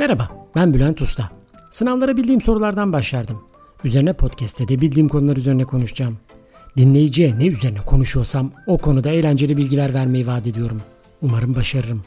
Merhaba, ben Bülent Usta. Sınavlara bildiğim sorulardan başlardım. Üzerine podcast'te de bildiğim konular üzerine konuşacağım. Dinleyiciye ne üzerine konuşuyorsam o konuda eğlenceli bilgiler vermeyi vaat ediyorum. Umarım başarırım.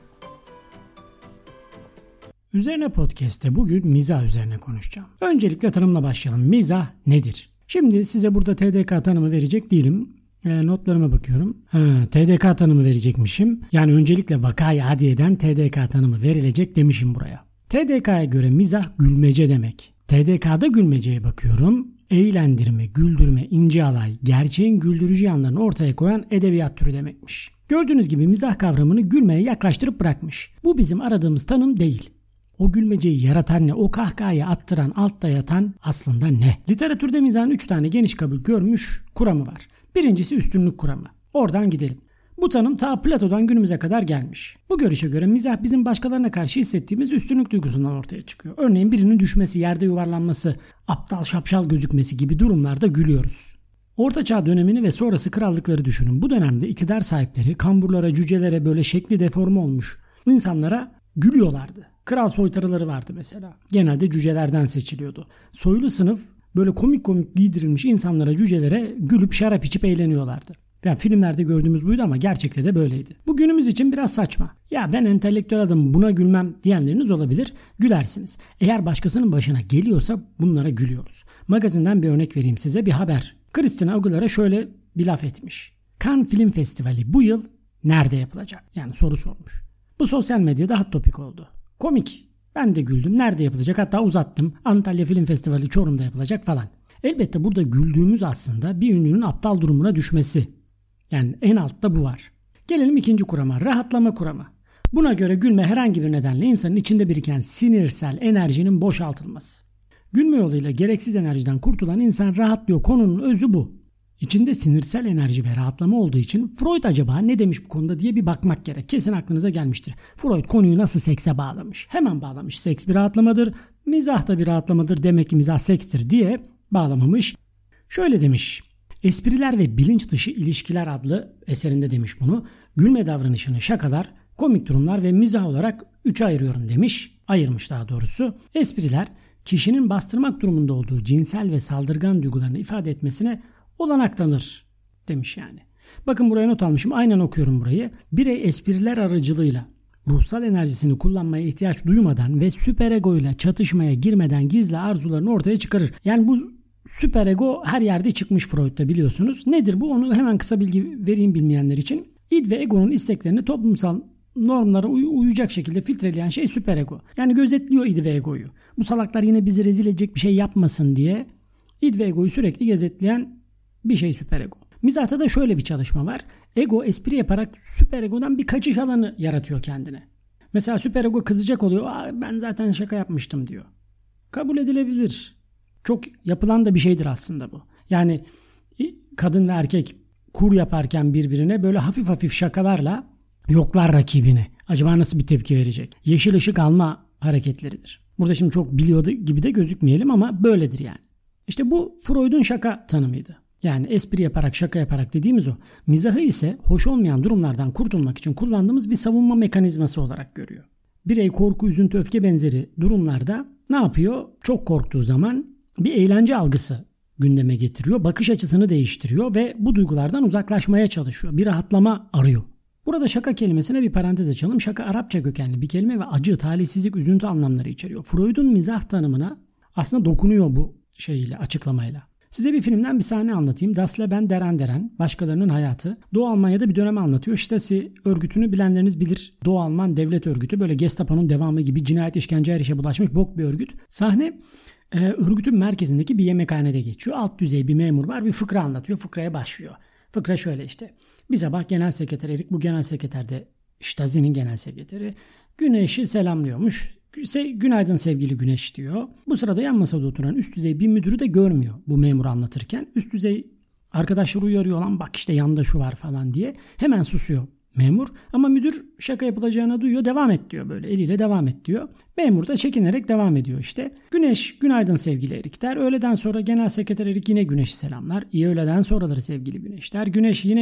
Üzerine podcast'te bugün mizah üzerine konuşacağım. Öncelikle tanımla başlayalım. Mizah nedir? Şimdi size burada TDK tanımı verecek değilim. Notlarıma bakıyorum. TDK tanımı verecekmişim. Yani öncelikle vakayı adiyeden TDK tanımı verilecek demişim buraya. TDK'ya göre mizah gülmece demek. TDK'da gülmeceye bakıyorum. Eğlendirme, güldürme, ince alay, gerçeğin güldürücü yanlarını ortaya koyan edebiyat türü demekmiş. Gördüğünüz gibi mizah kavramını gülmeye yaklaştırıp bırakmış. Bu bizim aradığımız tanım değil. O gülmeceyi yaratan ne? O kahkahayı attıran, altta yatan aslında ne? Literatürde mizahın 3 tane geniş kabul görmüş kuramı var. Birincisi üstünlük kuramı. Oradan gidelim. Bu tanım ta Platon'dan günümüze kadar gelmiş. Bu görüşe göre mizah bizim başkalarına karşı hissettiğimiz üstünlük duygusundan ortaya çıkıyor. Örneğin birinin düşmesi, yerde yuvarlanması, aptal şapşal gözükmesi gibi durumlarda gülüyoruz. Orta Çağ dönemini ve sonrası krallıkları düşünün. Bu dönemde iktidar sahipleri kamburlara, cücelere böyle şekli deforme olmuş insanlara gülüyorlardı. Kral soytarıları vardı mesela. Genelde cücelerden seçiliyordu. Soylu sınıf böyle komik giydirilmiş insanlara, cücelere gülüp şarap içip eğleniyorlardı. Yani filmlerde gördüğümüz buydu ama gerçekte de böyleydi. Bu günümüz için biraz saçma. Ya ben entelektüel adamım, buna gülmem diyenleriniz olabilir. Gülersiniz. Eğer başkasının başına geliyorsa bunlara gülüyoruz. Magazinden bir örnek vereyim size, bir haber. Christina Aguilera şöyle bir laf etmiş. Cannes Film Festivali bu yıl nerede yapılacak? Yani soru sormuş. Bu sosyal medyada hot topic oldu. Komik. Ben de güldüm. Nerede yapılacak? Hatta uzattım. Antalya Film Festivali Çorum'da yapılacak falan. Elbette burada güldüğümüz aslında bir ünlünün aptal durumuna düşmesi. Yani en altta bu var. Gelelim ikinci kurama, rahatlama kuramı. Buna göre gülme herhangi bir nedenle insanın içinde biriken sinirsel enerjinin boşaltılması. Gülme yoluyla gereksiz enerjiden kurtulan insan rahatlıyor. Konunun özü bu. İçinde sinirsel enerji ve rahatlama olduğu için Freud acaba ne demiş bu konuda diye bir bakmak gerek. Kesin aklınıza gelmiştir. Freud konuyu nasıl sekse bağlamış? Hemen bağlamış. Seks bir rahatlamadır, mizah da bir rahatlamadır. Demek ki mizah sekstir diye bağlamamış. Şöyle demiş. Espriler ve bilinç dışı ilişkiler adlı eserinde demiş bunu. Gülme davranışını şakalar, komik durumlar ve mizah olarak 3'e ayırıyorum demiş. Ayırmış daha doğrusu. Espriler kişinin bastırmak durumunda olduğu cinsel ve saldırgan duygularını ifade etmesine olanak tanır demiş yani. Bakın buraya not almışım. Aynen okuyorum burayı. Birey espriler aracılığıyla ruhsal enerjisini kullanmaya ihtiyaç duymadan ve süperego ile çatışmaya girmeden gizli arzularını ortaya çıkarır. Yani bu süperego her yerde çıkmış Freud'da, biliyorsunuz. Nedir bu? Onu hemen kısa bilgi vereyim bilmeyenler için. İd ve egonun isteklerini toplumsal normlara uyacak şekilde filtreleyen şey süperego. Yani gözetliyor id ve egoyu. Bu salaklar yine bizi rezil edecek bir şey yapmasın diye id ve egoyu sürekli gözetleyen bir şey süperego. Mizahta da şöyle bir çalışma var. Ego espri yaparak süperegodan bir kaçış alanı yaratıyor kendine. Mesela süperego kızacak oluyor. Ben zaten şaka yapmıştım diyor. Kabul edilebilir. Çok yapılan da bir şeydir aslında bu. Yani kadın ve erkek kur yaparken birbirine böyle hafif hafif şakalarla yoklar rakibini. Acaba nasıl bir tepki verecek? Yeşil ışık alma hareketleridir. Burada şimdi çok biliyor gibi de gözükmeyelim ama böyledir yani. İşte bu Freud'un şaka tanımıydı. Yani espri yaparak, şaka yaparak dediğimiz o. Mizahı ise hoş olmayan durumlardan kurtulmak için kullandığımız bir savunma mekanizması olarak görüyor. Birey korku, üzüntü, öfke benzeri durumlarda ne yapıyor? Çok korktuğu zaman bir eğlence algısı gündeme getiriyor. Bakış açısını değiştiriyor ve bu duygulardan uzaklaşmaya çalışıyor. Bir rahatlama arıyor. Burada şaka kelimesine bir parantez açalım. Şaka Arapça kökenli bir kelime ve acı, talihsizlik, üzüntü anlamları içeriyor. Freud'un mizah tanımına aslında dokunuyor bu şeyle, açıklamayla. Size bir filmden bir sahne anlatayım. Das Leben der Anderen, başkalarının hayatı. Doğu Almanya'da bir dönemi anlatıyor. Stasi örgütünü bilenleriniz bilir. Doğu Alman devlet örgütü, böyle Gestapo'nun devamı gibi cinayet, işkence, her işe bulaşmış bok bir örgüt. Sahne örgütün merkezindeki bir yemekhanede geçiyor. Alt düzey bir memur var, bir fıkra anlatıyor. Fıkraya başlıyor. Fıkra şöyle işte. Bir sabah genel sekreter Erik, bu genel sekreter de Stasi'nin genel sekreteri, Güneş'i selamlıyormuş. Günaydın sevgili Güneş diyor. Bu sırada yan masada oturan üst düzey bir müdürü de görmüyor bu memur anlatırken. Üst düzey arkadaşları uyarıyor, lan bak işte yanında şu var falan diye. Hemen susuyor memur ama müdür şaka yapılacağını duyuyor. Devam et diyor, böyle eliyle devam et diyor. Memur da çekinerek devam ediyor işte. Güneş günaydın sevgili Erik der. Öğleden sonra genel sekreter Erik yine Güneş'i selamlar. İyi öğleden sonraları sevgili Güneş der. Güneş yine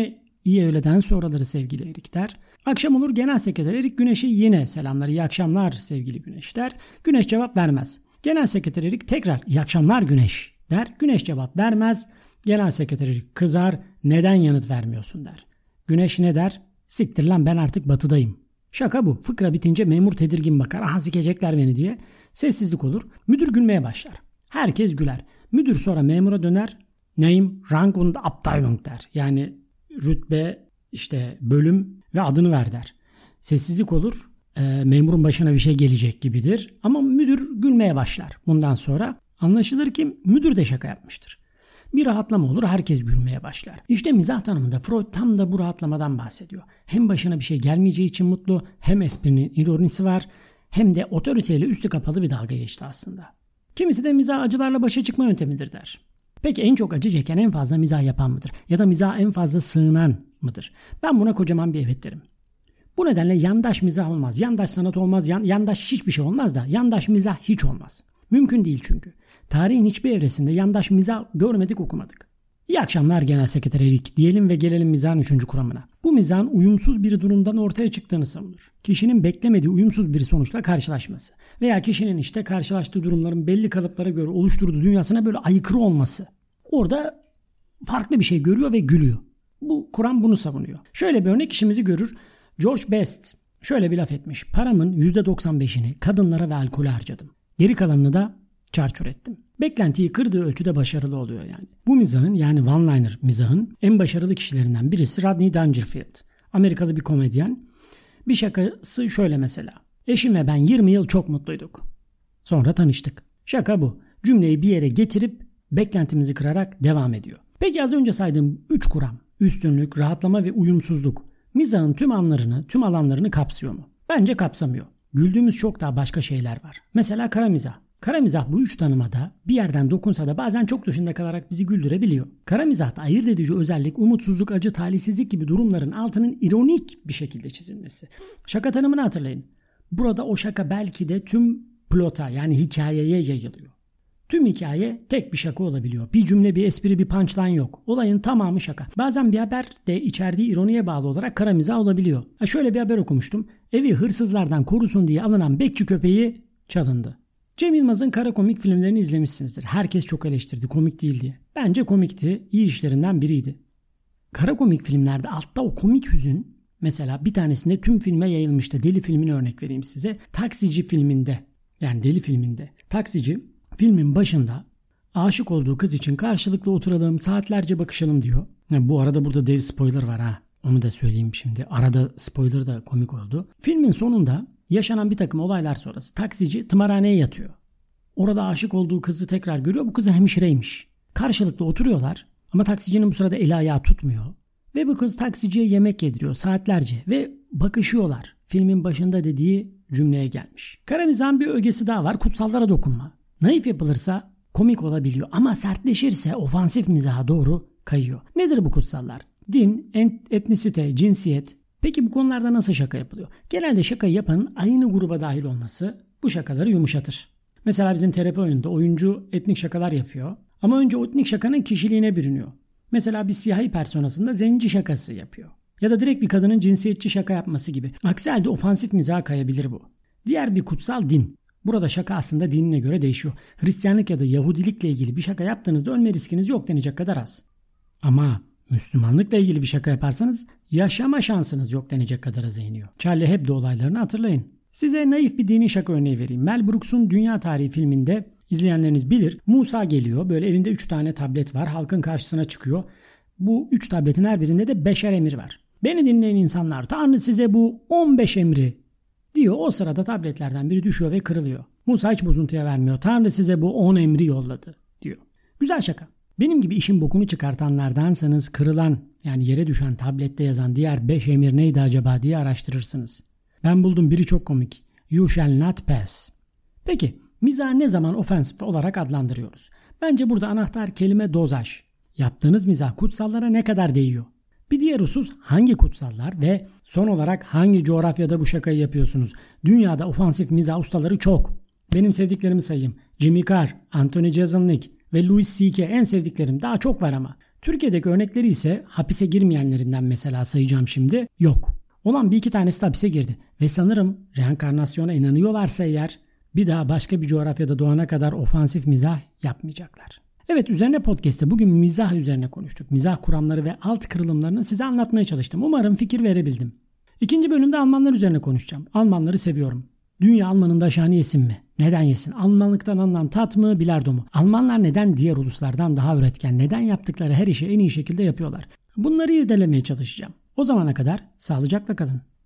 İyi öğleden sonraları sevgili Erik der. Akşam olur genel sekreter Erik Güneş'e yine selamlar, iyi akşamlar sevgili Güneş der. Güneş cevap vermez. Genel sekreter Erik tekrar iyi akşamlar Güneş der. Güneş cevap vermez. Genel sekreter Erik kızar, neden yanıt vermiyorsun der. Güneş ne der? Siktir lan, ben artık batıdayım. Şaka bu. Fıkra bitince memur tedirgin bakar. Aha sikecekler beni diye. Sessizlik olur. Müdür gülmeye başlar. Herkes güler. Müdür sonra memura döner. Name, Rank und Abteilung der. Yani rütbe, işte bölüm ve adını ver der. Sessizlik olur. Memurun başına bir şey gelecek gibidir. Ama müdür gülmeye başlar. Bundan sonra anlaşılır ki müdür de şaka yapmıştır. Bir rahatlama olur, herkes gülmeye başlar. İşte mizah tanımında Freud tam da bu rahatlamadan bahsediyor. Hem başına bir şey gelmeyeceği için mutlu, hem esprinin ironisi var, hem de otoriteyle üstü kapalı bir dalga geçti aslında. Kimisi de mizah acılarla başa çıkma yöntemidir der. Peki en çok acı çeken en fazla mizah yapan mıdır? Ya da mizah en fazla sığınan mıdır? Ben buna kocaman bir evet derim. Bu nedenle yandaş mizah olmaz, yandaş sanat olmaz, yandaş hiçbir şey olmaz da yandaş mizah hiç olmaz. Mümkün değil çünkü. Tarihin hiçbir evresinde yandaş mizah görmedik, okumadık. İyi akşamlar Genel Sekreter Erik diyelim ve gelelim mizahın 3. kuramına. Bu mizahın uyumsuz bir durumdan ortaya çıktığını savunur. Kişinin beklemediği uyumsuz bir sonuçla karşılaşması veya kişinin işte karşılaştığı durumların belli kalıplara göre oluşturduğu dünyasına böyle aykırı olması. Orada farklı bir şey görüyor ve gülüyor. Bu kuram bunu savunuyor. Şöyle bir örnek işimizi görür. George Best şöyle bir laf etmiş. Paramın %95'ini kadınlara ve alkole harcadım. Geri kalanını da çarçur ettim. Beklentiyi kırdığı ölçüde başarılı oluyor yani. Bu mizahın, yani one-liner mizahın en başarılı kişilerinden birisi Rodney Dangerfield. Amerikalı bir komedyen. Bir şakası şöyle mesela. Eşim ve ben 20 yıl çok mutluyduk. Sonra tanıştık. Şaka bu. Cümleyi bir yere getirip beklentimizi kırarak devam ediyor. Peki az önce saydığım 3 kuram, üstünlük, rahatlama ve uyumsuzluk, mizahın tüm alanlarını kapsıyor mu? Bence kapsamıyor. Güldüğümüz çok daha başka şeyler var. Mesela kara mizah. Kara mizah bu 3 tanımada bir yerden dokunsa da bazen çok dışında kalarak bizi güldürebiliyor. Kara mizahta ayırt edici özellik umutsuzluk, acı, talihsizlik gibi durumların altının ironik bir şekilde çizilmesi. Şaka tanımını hatırlayın. Burada o şaka belki de tüm plota, yani hikayeye yayılıyor. Tüm hikaye tek bir şaka olabiliyor. Bir cümle, bir espri, bir punchline yok. Olayın tamamı şaka. Bazen bir haber de içerdiği ironiye bağlı olarak kara mizah olabiliyor. Şöyle bir haber okumuştum. Evi hırsızlardan korusun diye alınan bekçi köpeği çalındı. Cem Yılmaz'ın kara komik filmlerini izlemişsinizdir. Herkes çok eleştirdi komik değil diye. Bence komikti, iyi işlerinden biriydi. Kara komik filmlerde altta o komik hüzün, mesela bir tanesinde tüm filme yayılmıştı. Deli filmini örnek vereyim size. Taksici filminde, yani Deli filminde. Taksici filmin başında aşık olduğu kız için karşılıklı oturalım, saatlerce bakışalım diyor. Bu arada burada dev spoiler var ha. Onu da söyleyeyim şimdi. Arada spoiler da komik oldu. Filmin sonunda yaşanan bir takım olaylar sonrası taksici tımarhaneye yatıyor. Orada aşık olduğu kızı tekrar görüyor. Bu kız hemşireymiş. Karşılıklı oturuyorlar ama taksicinin bu sırada eli ayağı tutmuyor. Ve bu kız taksiciye yemek yediriyor saatlerce ve bakışıyorlar. Filmin başında dediği cümleye gelmiş. Kara mizahın bir ögesi daha var. Kutsallara dokunma. Naif yapılırsa komik olabiliyor ama sertleşirse ofansif mizaha doğru kayıyor. Nedir bu kutsallar? Din, etnisite, cinsiyet. Peki bu konularda nasıl şaka yapılıyor? Genelde şakayı yapanın aynı gruba dahil olması bu şakaları yumuşatır. Mesela bizim terapi oyununda oyuncu etnik şakalar yapıyor. Ama önce o etnik şakanın kişiliğine bürünüyor. Mesela bir siyahi personasında zenci şakası yapıyor. Ya da direkt bir kadının cinsiyetçi şaka yapması gibi. Aksi halde ofansif mizaha kayabilir bu. Diğer bir kutsal din. Burada şaka aslında dinine göre değişiyor. Hristiyanlık ya da Yahudilikle ilgili bir şaka yaptığınızda ölme riskiniz yok denecek kadar az. Ama Müslümanlıkla ilgili bir şaka yaparsanız yaşama şansınız yok denecek kadar az iniyor. Charlie Hebdo olaylarını hatırlayın. Size naif bir dini şaka örneği vereyim. Mel Brooks'un Dünya Tarihi filminde izleyenleriniz bilir. Musa geliyor. Böyle elinde 3 tane tablet var. Halkın karşısına çıkıyor. Bu 3 tabletin her birinde de 5'er emir var. Beni dinleyin insanlar. Tanrı size bu 15 emri diyor. O sırada tabletlerden biri düşüyor ve kırılıyor. Musa hiç bozuntuya vermiyor. Tanrı size bu 10 emri yolladı diyor. Güzel şaka. Benim gibi işin bokunu çıkartanlardansanız kırılan, yani yere düşen tablette yazan diğer 5 emir neydi acaba diye araştırırsınız. Ben buldum, biri çok komik. You shall not pass. Peki mizahı ne zaman ofensif olarak adlandırıyoruz? Bence burada anahtar kelime dozaj. Yaptığınız mizah kutsallara ne kadar değiyor? Bir diğer husus hangi kutsallar ve son olarak hangi coğrafyada bu şakayı yapıyorsunuz? Dünyada ofansif mizah ustaları çok. Benim sevdiklerimi sayayım. Jimmy Carr, Anthony Jeselnik ve Louis C.K. en sevdiklerim, daha çok var ama. Türkiye'deki örnekleri ise hapise girmeyenlerinden mesela sayacağım şimdi. Yok. Olan bir iki tanesi de hapise girdi. Ve sanırım reenkarnasyona inanıyorlarsa eğer bir daha başka bir coğrafyada doğana kadar ofansif mizah yapmayacaklar. Evet, Üzerine Podcast'te bugün mizah üzerine konuştuk. Mizah kuramları ve alt kırılımlarını size anlatmaya çalıştım. Umarım fikir verebildim. İkinci bölümde Almanlar üzerine konuşacağım. Almanları seviyorum. Dünya Alman'ın daşağını yesin mi? Neden yesin? Almanlıktan alınan tat mı, bilardo mu? Almanlar neden diğer uluslardan daha üretken? Neden yaptıkları her işi en iyi şekilde yapıyorlar? Bunları irdelemeye çalışacağım. O zamana kadar sağlıcakla kalın.